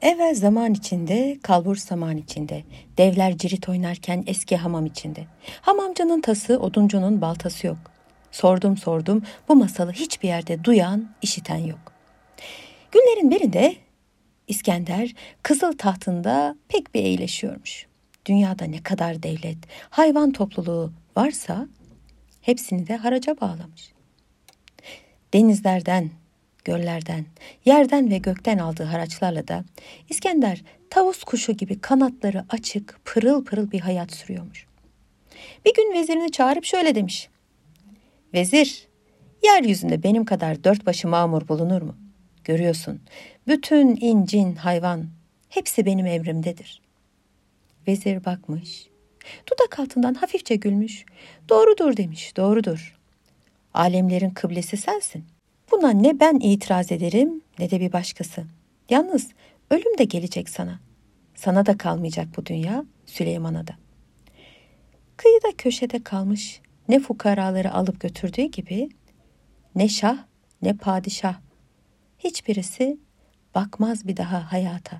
Evvel zaman içinde, kalbur saman içinde, devler cirit oynarken eski hamam içinde. Hamamcının tası, oduncunun baltası yok. Sordum sordum, bu masalı hiçbir yerde duyan, işiten yok. Günlerin birinde İskender kızıl tahtında pek bir eğleşiyormuş. Dünyada ne kadar devlet, hayvan topluluğu varsa hepsini de haraca bağlamış. Denizlerden, göllerden, yerden ve gökten aldığı haraçlarla da İskender tavus kuşu gibi kanatları açık, pırıl pırıl bir hayat sürüyormuş. Bir gün vezirini çağırıp şöyle demiş: "Vezir, yeryüzünde benim kadar dört başı mamur bulunur mu? Görüyorsun, bütün incin, hayvan hepsi benim emrimdedir." Vezir bakmış, dudak altından hafifçe gülmüş. "Doğrudur," demiş, "doğrudur. Alemlerin kıblesi sensin. Buna ne ben itiraz ederim ne de bir başkası. Yalnız ölüm de gelecek sana. Sana da kalmayacak bu dünya, Süleyman'a da." Kıyıda köşede kalmış ne fukaraları alıp götürdüğü gibi ne şah ne padişah, hiçbirisi bakmaz bir daha hayata.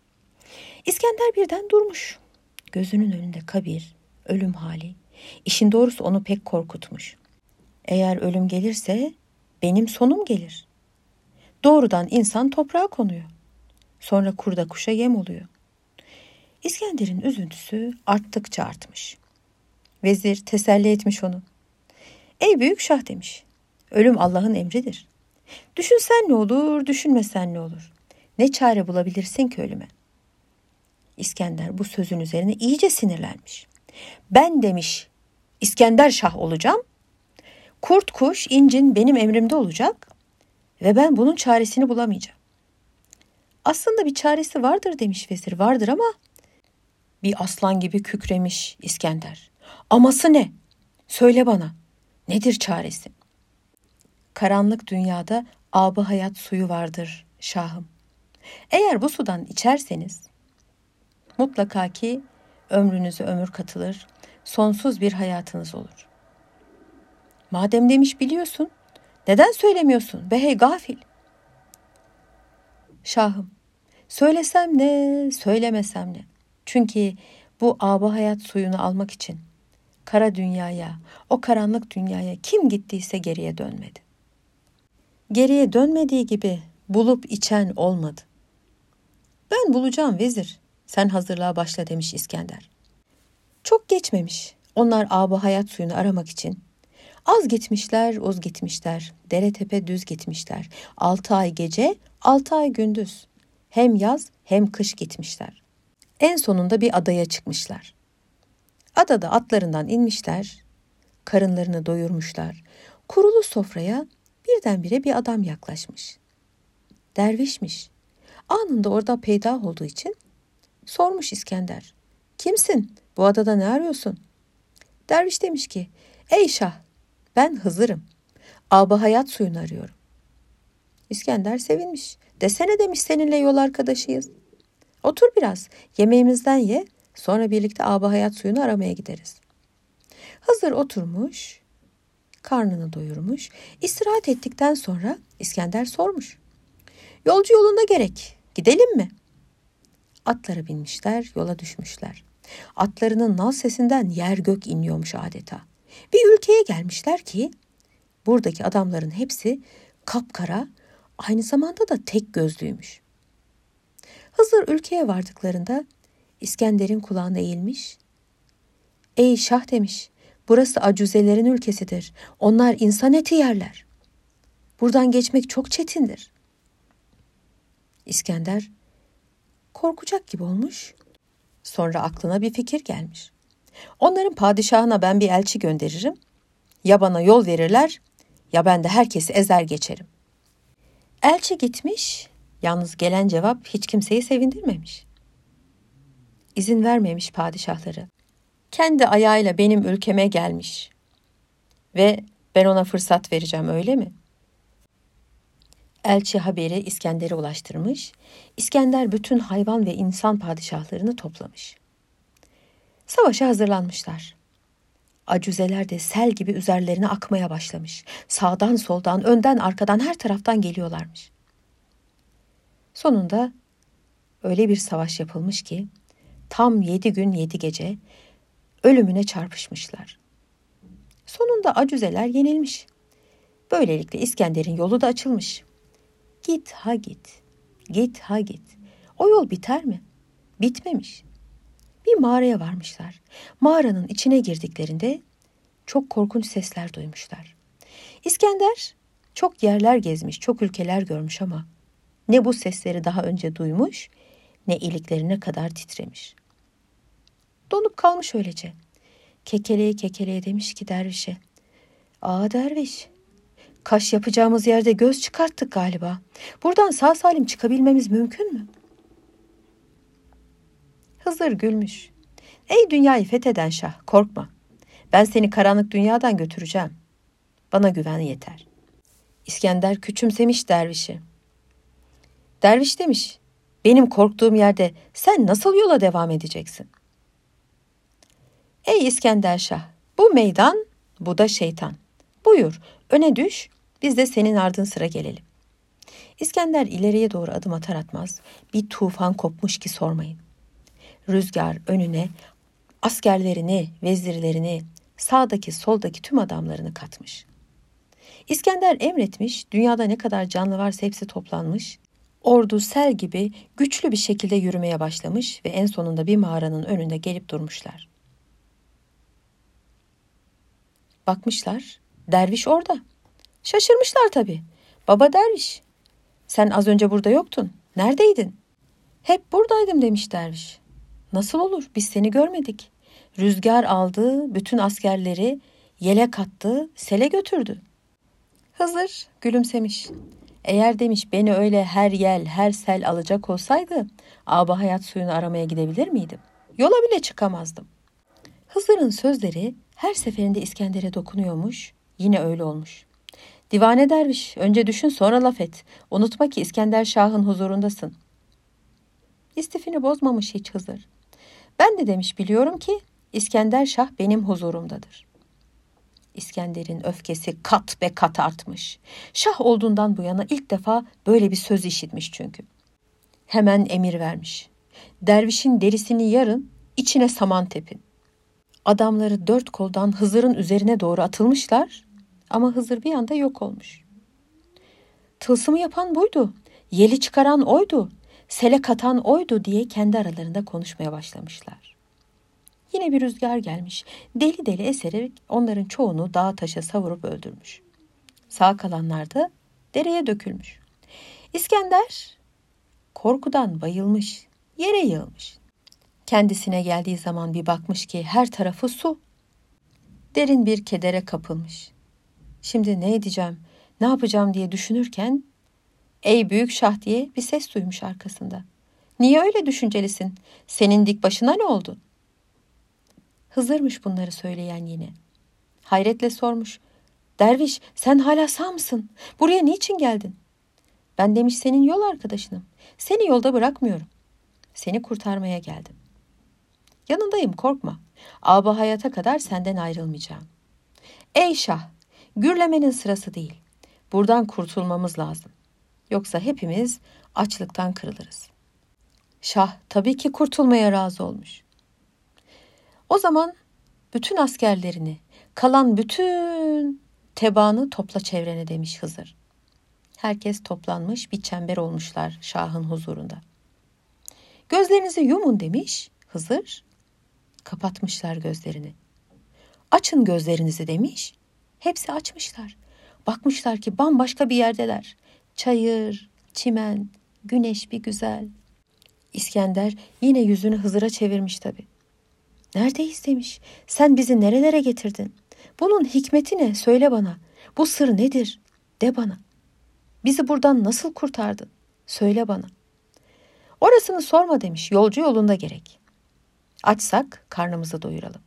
İskender birden durmuş. Gözünün önünde kabir, ölüm hali. İşin doğrusu onu pek korkutmuş. Eğer ölüm gelirse benim sonum gelir. Doğrudan insan toprağa konuyor. Sonra kurda kuşa yem oluyor. İskender'in üzüntüsü arttıkça artmış. Vezir teselli etmiş onu. "Ey büyük şah," demiş, "ölüm Allah'ın emridir. Düşünsen ne olur, düşünmesen ne olur? Ne çare bulabilirsin ki ölüme?" İskender bu sözün üzerine iyice sinirlenmiş. "Ben," demiş, "İskender Şah olacağım. Kurt kuş, incin benim emrimde olacak ve ben bunun çaresini bulamayacağım." "Aslında bir çaresi vardır," demiş vezir. "Vardır ama..." Bir aslan gibi kükremiş İskender. "Aması ne? Söyle bana. Nedir çaresi?" "Karanlık dünyada ab-ı hayat suyu vardır şahım. Eğer bu sudan içerseniz mutlaka ki ömrünüze ömür katılır, sonsuz bir hayatınız olur." "Madem," demiş, "biliyorsun, neden söylemiyorsun be hey gafil?" "Şahım, söylesem ne, söylemesem ne? Çünkü bu ab-ı hayat suyunu almak için kara dünyaya, o karanlık dünyaya kim gittiyse geriye dönmedi. Geriye dönmediği gibi bulup içen olmadı." "Ben bulacağım vezir, sen hazırlığa başla," demiş İskender. Çok geçmemiş. Onlar ab-ı hayat suyunu aramak için az gitmişler, uz gitmişler, dere tepe düz gitmişler. 6 ay gece, 6 ay gündüz. Hem yaz hem kış gitmişler. En sonunda bir adaya çıkmışlar. Adada atlarından inmişler, karınlarını doyurmuşlar. Kurulu sofraya birdenbire bir adam yaklaşmış. Dervişmiş. Anında orada peydah olduğu için sormuş İskender: "Kimsin? Bu adada ne arıyorsun?" Derviş demiş ki: "Ey şah, ben Hızır'ım. Ab-ı hayat suyunu arıyorum." İskender sevinmiş. "Desene," demiş, "seninle yol arkadaşıyız. Otur biraz, yemeğimizden ye, sonra birlikte ab-ı hayat suyunu aramaya gideriz." Hızır oturmuş, karnını doyurmuş. İstirahat ettikten sonra İskender sormuş: "Yolcu yolunda gerek, gidelim mi?" Atlara binmişler, yola düşmüşler. Atlarının nal sesinden yer gök inliyormuş adeta. Bir ülkeye gelmişler ki buradaki adamların hepsi kapkara, aynı zamanda da tek gözlüymüş. Hızır ülkeye vardıklarında İskender'in kulağına eğilmiş. "Ey şah," demiş, "burası acuzelerin ülkesidir. Onlar insan eti yerler. Buradan geçmek çok çetindir." İskender korkacak gibi olmuş. Sonra aklına bir fikir gelmiş. "Onların padişahına ben bir elçi gönderirim. Ya bana yol verirler ya ben de herkesi ezer geçerim." Elçi gitmiş, yalnız gelen cevap hiç kimseyi sevindirmemiş. İzin vermemiş padişahları. Kendi ayağıyla benim ülkeme gelmiş ve ben ona fırsat vereceğim, öyle mi? Elçi haberi İskender'e ulaştırmış. İskender bütün hayvan ve insan padişahlarını toplamış. Savaşa hazırlanmışlar. Acuzeler de sel gibi üzerlerine akmaya başlamış. Sağdan soldan, önden arkadan, her taraftan geliyorlarmış. Sonunda Öyle bir savaş yapılmış ki tam 7 gün 7 gece ölümüne çarpışmışlar. Sonunda acüzeler yenilmiş. Böylelikle İskender'in yolu da açılmış. Git ha git, git ha git. O yol biter mi? Bitmemiş. Bir mağaraya varmışlar. Mağaranın içine girdiklerinde çok korkunç sesler duymuşlar. İskender çok yerler gezmiş, çok ülkeler görmüş ama ne bu sesleri daha önce duymuş, ne iliklerine kadar titremiş. Donup kalmış öylece. Kekeleye kekeleye demiş ki dervişe, "Aa derviş, kaş yapacağımız yerde göz çıkarttık galiba. Buradan sağ salim çıkabilmemiz mümkün mü?" Hızır gülmüş. "Ey dünyayı fetheden şah, korkma. Ben seni karanlık dünyadan götüreceğim. Bana güven yeter." İskender küçümsemiş dervişi. Derviş demiş, "Benim korktuğum yerde sen nasıl yola devam edeceksin?" "Ey İskender Şah, bu meydan, bu da şeytan. Buyur, öne düş, biz de senin ardın sıra gelelim." İskender ileriye doğru adım atar atmaz bir tufan kopmuş ki sormayın. Rüzgar önüne askerlerini, vezirlerini, sağdaki soldaki tüm adamlarını katmış. İskender emretmiş, dünyada ne kadar canlı varsa hepsi toplanmış. Ordu sel gibi güçlü bir şekilde yürümeye başlamış ve en sonunda bir mağaranın önünde gelip durmuşlar. Bakmışlar, derviş orada. Şaşırmışlar tabii. "Baba derviş, sen az önce burada yoktun. Neredeydin?" "Hep buradaydım," demiş derviş. "Nasıl olur? Biz seni görmedik. Rüzgar aldı, bütün askerleri yele kattı, sele götürdü." Hızır gülümsemiş. "Eğer," demiş, "beni öyle her yel, her sel alacak olsaydı, âb-ı hayat suyunu aramaya gidebilir miydim? Yola bile çıkamazdım." Hızır'ın sözleri her seferinde İskender'e dokunuyormuş, yine öyle olmuş. "Divane derviş, önce düşün sonra laf et. Unutma ki İskender Şah'ın huzurundasın." İstifini bozmamış hiç Hızır. "Ben de," demiş, "biliyorum ki İskender Şah benim huzurumdadır." İskender'in öfkesi kat be kat artmış. Şah olduğundan bu yana ilk defa böyle bir söz işitmiş çünkü. Hemen emir vermiş. "Dervişin derisini yarın, içine saman tepin." Adamları dört koldan Hızır'ın üzerine doğru atılmışlar ama Hızır bir anda yok olmuş. "Tılsımı yapan buydu, yeli çıkaran oydu, sele katan oydu," diye kendi aralarında konuşmaya başlamışlar. Yine bir rüzgar gelmiş, deli deli eserek onların çoğunu dağa taşa savurup öldürmüş. Sağ kalanlar da dereye dökülmüş. İskender korkudan bayılmış, yere yığılmış. Kendisine geldiği zaman bir bakmış ki her tarafı su. Derin bir kedere kapılmış. Şimdi ne edeceğim, ne yapacağım diye düşünürken, "Ey büyük şah," diye bir ses duymuş arkasında. "Niye öyle düşüncelisin? Senin dik başına ne oldu?" Hızırmış bunları söyleyen yine. Hayretle sormuş. "Derviş, sen hala sağ mısın? Buraya niçin geldin?" "Ben," demiş, "senin yol arkadaşınım. Seni yolda bırakmıyorum. Seni kurtarmaya geldim. Yanındayım, korkma. Âb-ı hayata kadar senden ayrılmayacağım." "Ey şah, gürlemenin sırası değil. Buradan kurtulmamız lazım. Yoksa hepimiz açlıktan kırılırız." Şah tabii ki kurtulmaya razı olmuş. O zaman bütün askerlerini, kalan bütün tebaanı topla çevrene demiş Hızır. Herkes toplanmış, bir çember olmuşlar şahın huzurunda. "Gözlerinizi yumun," demiş Hızır. Kapatmışlar gözlerini. "Açın gözlerinizi," demiş. Hepsi açmışlar. Bakmışlar ki bambaşka bir yerdeler. Çayır, çimen, güneş bir güzel. İskender yine yüzünü Hızır'a çevirmiş tabii. "Neredeyiz?" demiş. "Sen bizi nerelere getirdin? Bunun hikmeti ne? Söyle bana. Bu sır nedir? De bana. Bizi buradan nasıl kurtardın? Söyle bana." "Orasını sorma," demiş. "Yolcu yolunda gerek. Açsak karnımızı doyuralım."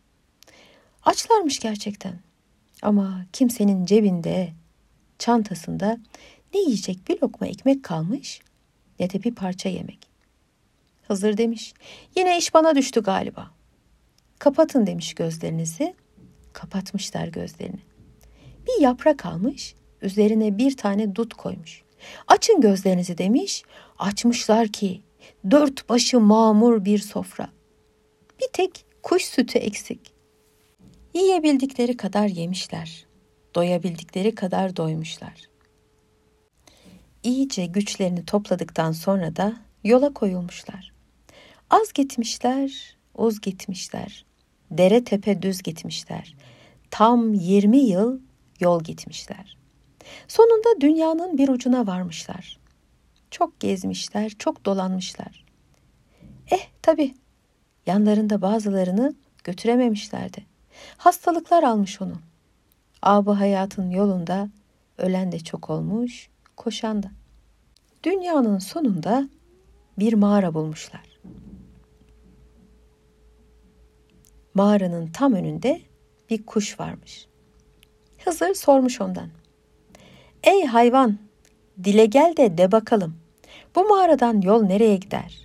Açlarmış gerçekten. Ama kimsenin cebinde, çantasında ne yiyecek bir lokma ekmek kalmış, ne de bir parça yemek. Hızır demiş, "Yine iş bana düştü galiba." "Kapatın," demiş, "gözlerinizi." Kapatmışlar gözlerini. Bir yaprak almış, üzerine bir tane dut koymuş. "Açın gözlerinizi," demiş. Açmışlar ki dört başı mamur bir sofra. Bir tek kuş sütü eksik. Yiyebildikleri kadar yemişler. Doyabildikleri kadar doymuşlar. İyice güçlerini topladıktan sonra da yola koyulmuşlar. Az gitmişler, uz gitmişler. Dere tepe düz gitmişler. Tam 20 yıl yol gitmişler. Sonunda dünyanın bir ucuna varmışlar. Çok gezmişler, çok dolanmışlar. Tabii yanlarında bazılarını götürememişlerdi. Hastalıklar almış onu. Ab-ı hayatın yolunda ölen de çok olmuş, koşan da. Dünyanın sonunda bir mağara bulmuşlar. Mağaranın tam önünde bir kuş varmış. Hızır sormuş ondan. Ey hayvan, dile gel de bakalım. Bu mağaradan yol nereye gider?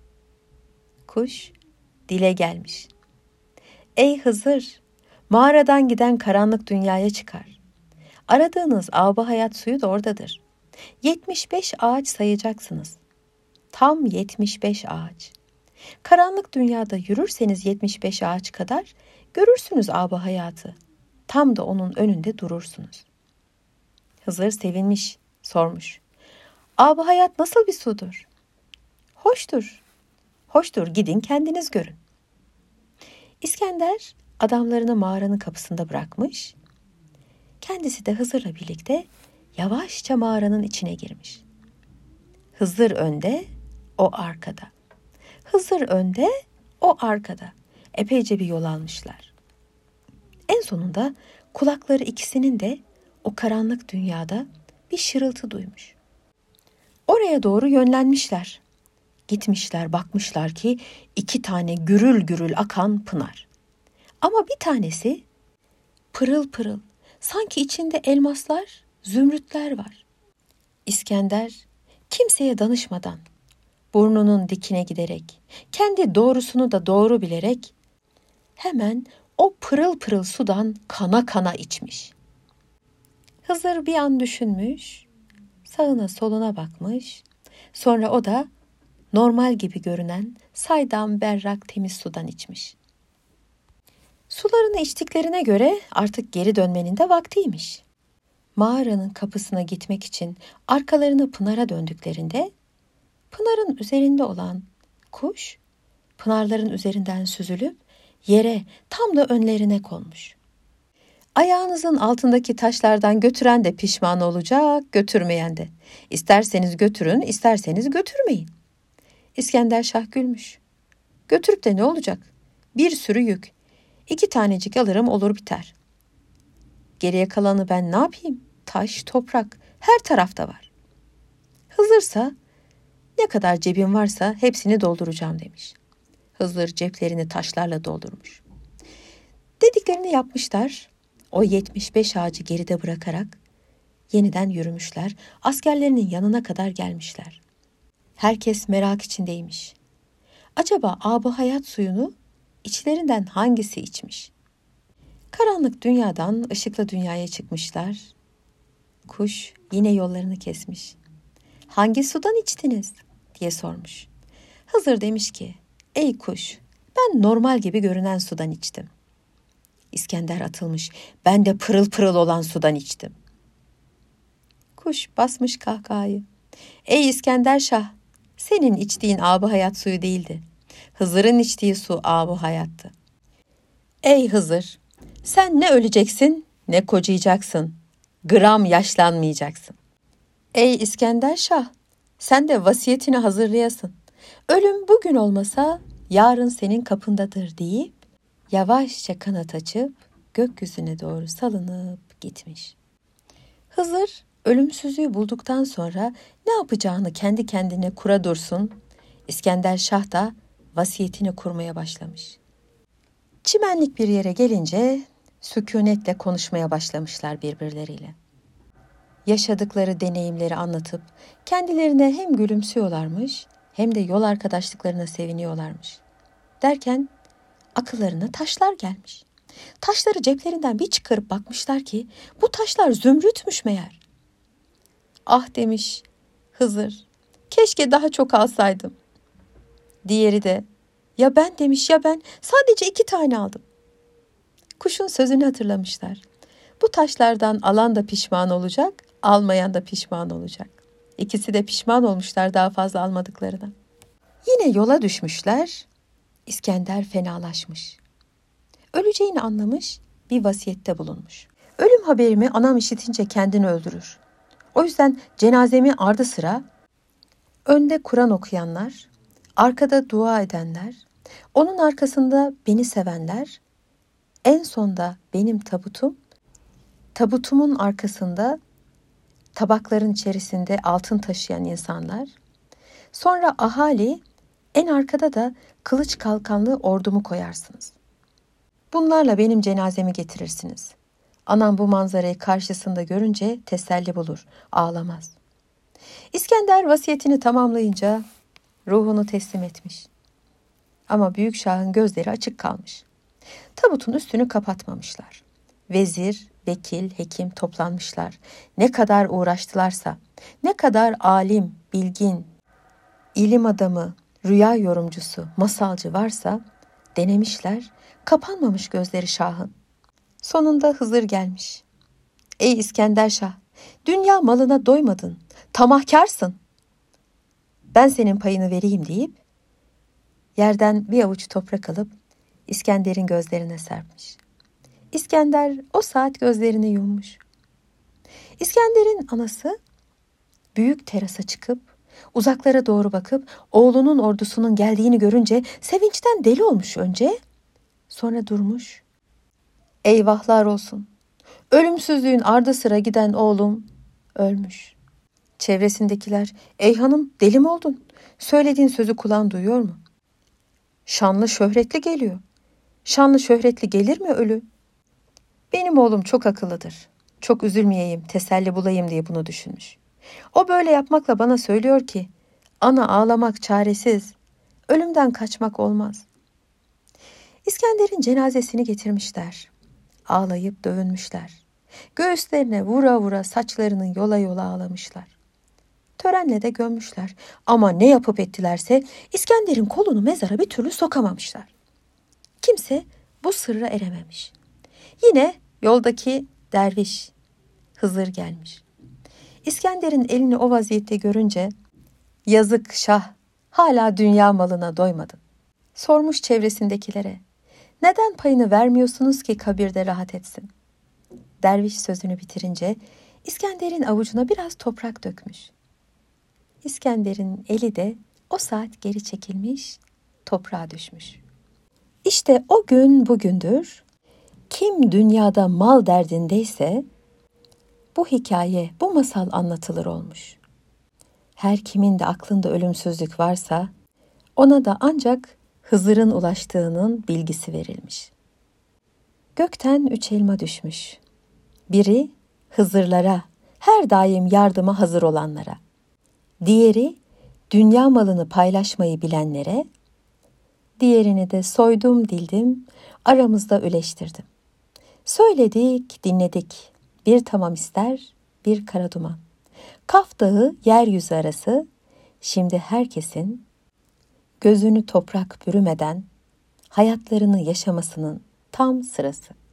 Kuş dile gelmiş. Ey Hızır, mağaradan giden karanlık dünyaya çıkar. Aradığınız ab-ı hayat suyu da oradadır. 75 ağaç sayacaksınız. Tam 75 ağaç. Karanlık dünyada yürürseniz 75 ağaç kadar görürsünüz ab-ı hayatı. Tam da onun önünde durursunuz. Hızır sevinmiş, sormuş. Ab-ı hayat nasıl bir sudur? Hoştur. Hoştur, gidin kendiniz görün. İskender adamlarını mağaranın kapısında bırakmış. Kendisi de Hızır'la birlikte yavaşça mağaranın içine girmiş. Hızır önde, o arkada. Hızır önde, o arkada. Epeyce bir yol almışlar. En sonunda kulakları ikisinin de o karanlık dünyada bir şırıltı duymuş. Oraya doğru yönlenmişler. Gitmişler, bakmışlar ki 2 tane gürül gürül akan pınar. Ama bir tanesi pırıl pırıl, sanki içinde elmaslar, zümrütler var. İskender kimseye danışmadan, burnunun dikine giderek, kendi doğrusunu da doğru bilerek hemen o pırıl pırıl sudan kana kana içmiş. Hızır bir an düşünmüş, sağına soluna bakmış, sonra o da normal gibi görünen saydam berrak temiz sudan içmiş. Sularını içtiklerine göre artık geri dönmenin de vaktiymiş. Mağaranın kapısına gitmek için arkalarını pınara döndüklerinde pınarın üzerinde olan kuş pınarların üzerinden süzülüp yere tam da önlerine konmuş. Ayağınızın altındaki taşlardan götüren de pişman olacak, götürmeyen de. İsterseniz götürün, isterseniz götürmeyin. İskender Şah gülmüş. Götürüp de ne olacak? Bir sürü yük. 2 tanecik alırım olur biter. Geriye kalanı ben ne yapayım? Taş, toprak her tarafta var. Hızırsa ne kadar cebim varsa hepsini dolduracağım demiş. Hızır ceplerini taşlarla doldurmuş. Dediklerini yapmışlar. O 75 ağacı geride bırakarak yeniden yürümüşler. Askerlerinin yanına kadar gelmişler. Herkes merak içindeymiş. Acaba ab-ı hayat suyunu içlerinden hangisi içmiş? Karanlık dünyadan ışıklı dünyaya çıkmışlar. Kuş yine yollarını kesmiş. Hangi sudan içtiniz diye sormuş. Hızır demiş ki, ey kuş, ben normal gibi görünen sudan içtim. İskender atılmış, ben de pırıl pırıl olan sudan içtim. Kuş basmış kahkahayı. Ey İskender Şah, senin içtiğin ab-ı hayat suyu değildi. Hızır'ın içtiği su ab-ı hayattı. Ey Hızır, sen ne öleceksin ne kocayacaksın. Gram yaşlanmayacaksın. Ey İskender Şah, sen de vasiyetini hazırlayasın. Ölüm bugün olmasa yarın senin kapındadır deyip yavaşça kanat açıp gökyüzüne doğru salınıp gitmiş. Hızır ölümsüzlüğü bulduktan sonra ne yapacağını kendi kendine kura dursun, İskender Şah da vasiyetini kurmaya başlamış. Çimenlik bir yere gelince sükunetle konuşmaya başlamışlar birbirleriyle. Yaşadıkları deneyimleri anlatıp kendilerine hem gülümsüyorlarmış hem de yol arkadaşlıklarına seviniyorlarmış. Derken akıllarına taşlar gelmiş. Taşları ceplerinden bir çıkarıp bakmışlar ki bu taşlar zümrütmüş meğer. Ah demiş Hızır, keşke daha çok alsaydım. Diğeri de ya ben demiş, ya ben sadece 2 tane aldım. Kuşun sözünü hatırlamışlar. Bu taşlardan alan da pişman olacak, almayan da pişman olacak. İkisi de pişman olmuşlar daha fazla almadıklarına. Yine yola düşmüşler. İskender fenalaşmış. Öleceğini anlamış, bir vasiyette bulunmuş. Ölüm haberimi anam işitince kendini öldürür. O yüzden cenazemi ardı sıra önde Kur'an okuyanlar, arkada dua edenler, onun arkasında beni sevenler, en sonda benim tabutumun arkasında tabakların içerisinde altın taşıyan insanlar, sonra ahali, en arkada da kılıç kalkanlı ordumu koyarsınız. Bunlarla benim cenazemi getirirsiniz. Anam bu manzarayı karşısında görünce teselli bulur, ağlamaz. İskender vasiyetini tamamlayınca ruhunu teslim etmiş. Ama büyük şahın gözleri açık kalmış. Tabutun üstünü kapatmamışlar. Vezir, vekil, hekim toplanmışlar. Ne kadar uğraştılarsa, ne kadar alim, bilgin, ilim adamı, rüya yorumcusu, masalcı varsa denemişler, kapanmamış gözleri şahın. Sonunda Hızır gelmiş. Ey İskender Şah, dünya malına doymadın, tamahkarsın. Ben senin payını vereyim deyip, yerden bir avuç toprak alıp İskender'in gözlerine serpmiş. İskender o saat gözlerini yummuş. İskender'in anası büyük terasa çıkıp, uzaklara doğru bakıp oğlunun ordusunun geldiğini görünce sevinçten deli olmuş önce, sonra durmuş. Eyvahlar olsun. Ölümsüzlüğün ardı sıra giden oğlum ölmüş. Çevresindekiler, ey hanım deli mi oldun? Söylediğin sözü kulağın duyuyor mu? Şanlı şöhretli geliyor. Şanlı şöhretli gelir mi ölü? Benim oğlum çok akıllıdır. Çok üzülmeyeyim, teselli bulayım diye bunu düşünmüş. O böyle yapmakla bana söylüyor ki, ana ağlamak çaresiz, ölümden kaçmak olmaz. İskender'in cenazesini getirmişler. Ağlayıp dövünmüşler. Göğüslerine vura vura saçlarını yola yola ağlamışlar. Törenle de gömmüşler. Ama ne yapıp ettilerse İskender'in kolunu mezara bir türlü sokamamışlar. Kimse bu sırra erememiş. Yine yoldaki derviş Hızır gelmiş. İskender'in elini o vaziyette görünce, yazık şah, hala dünya malına doymadın. Sormuş çevresindekilere, neden payını vermiyorsunuz ki kabirde rahat etsin? Derviş sözünü bitirince İskender'in avucuna biraz toprak dökmüş. İskender'in eli de o saat geri çekilmiş, toprağa düşmüş. İşte o gün bugündür, kim dünyada mal derdindeyse bu hikaye, bu masal anlatılır olmuş. Her kimin de aklında ölümsüzlük varsa ona da ancak Hızır'ın ulaştığının bilgisi verilmiş. Gökten 3 elma düşmüş. Biri Hızırlara, her daim yardıma hazır olanlara. Diğeri dünya malını paylaşmayı bilenlere. Diğerini de soydum dildim, aramızda üleştirdim. Söyledik, dinledik. Bir tamam ister, bir kara duman. Kaf Dağı yeryüzü arası, şimdi herkesin gözünü toprak bürümeden hayatlarını yaşamasının tam sırası.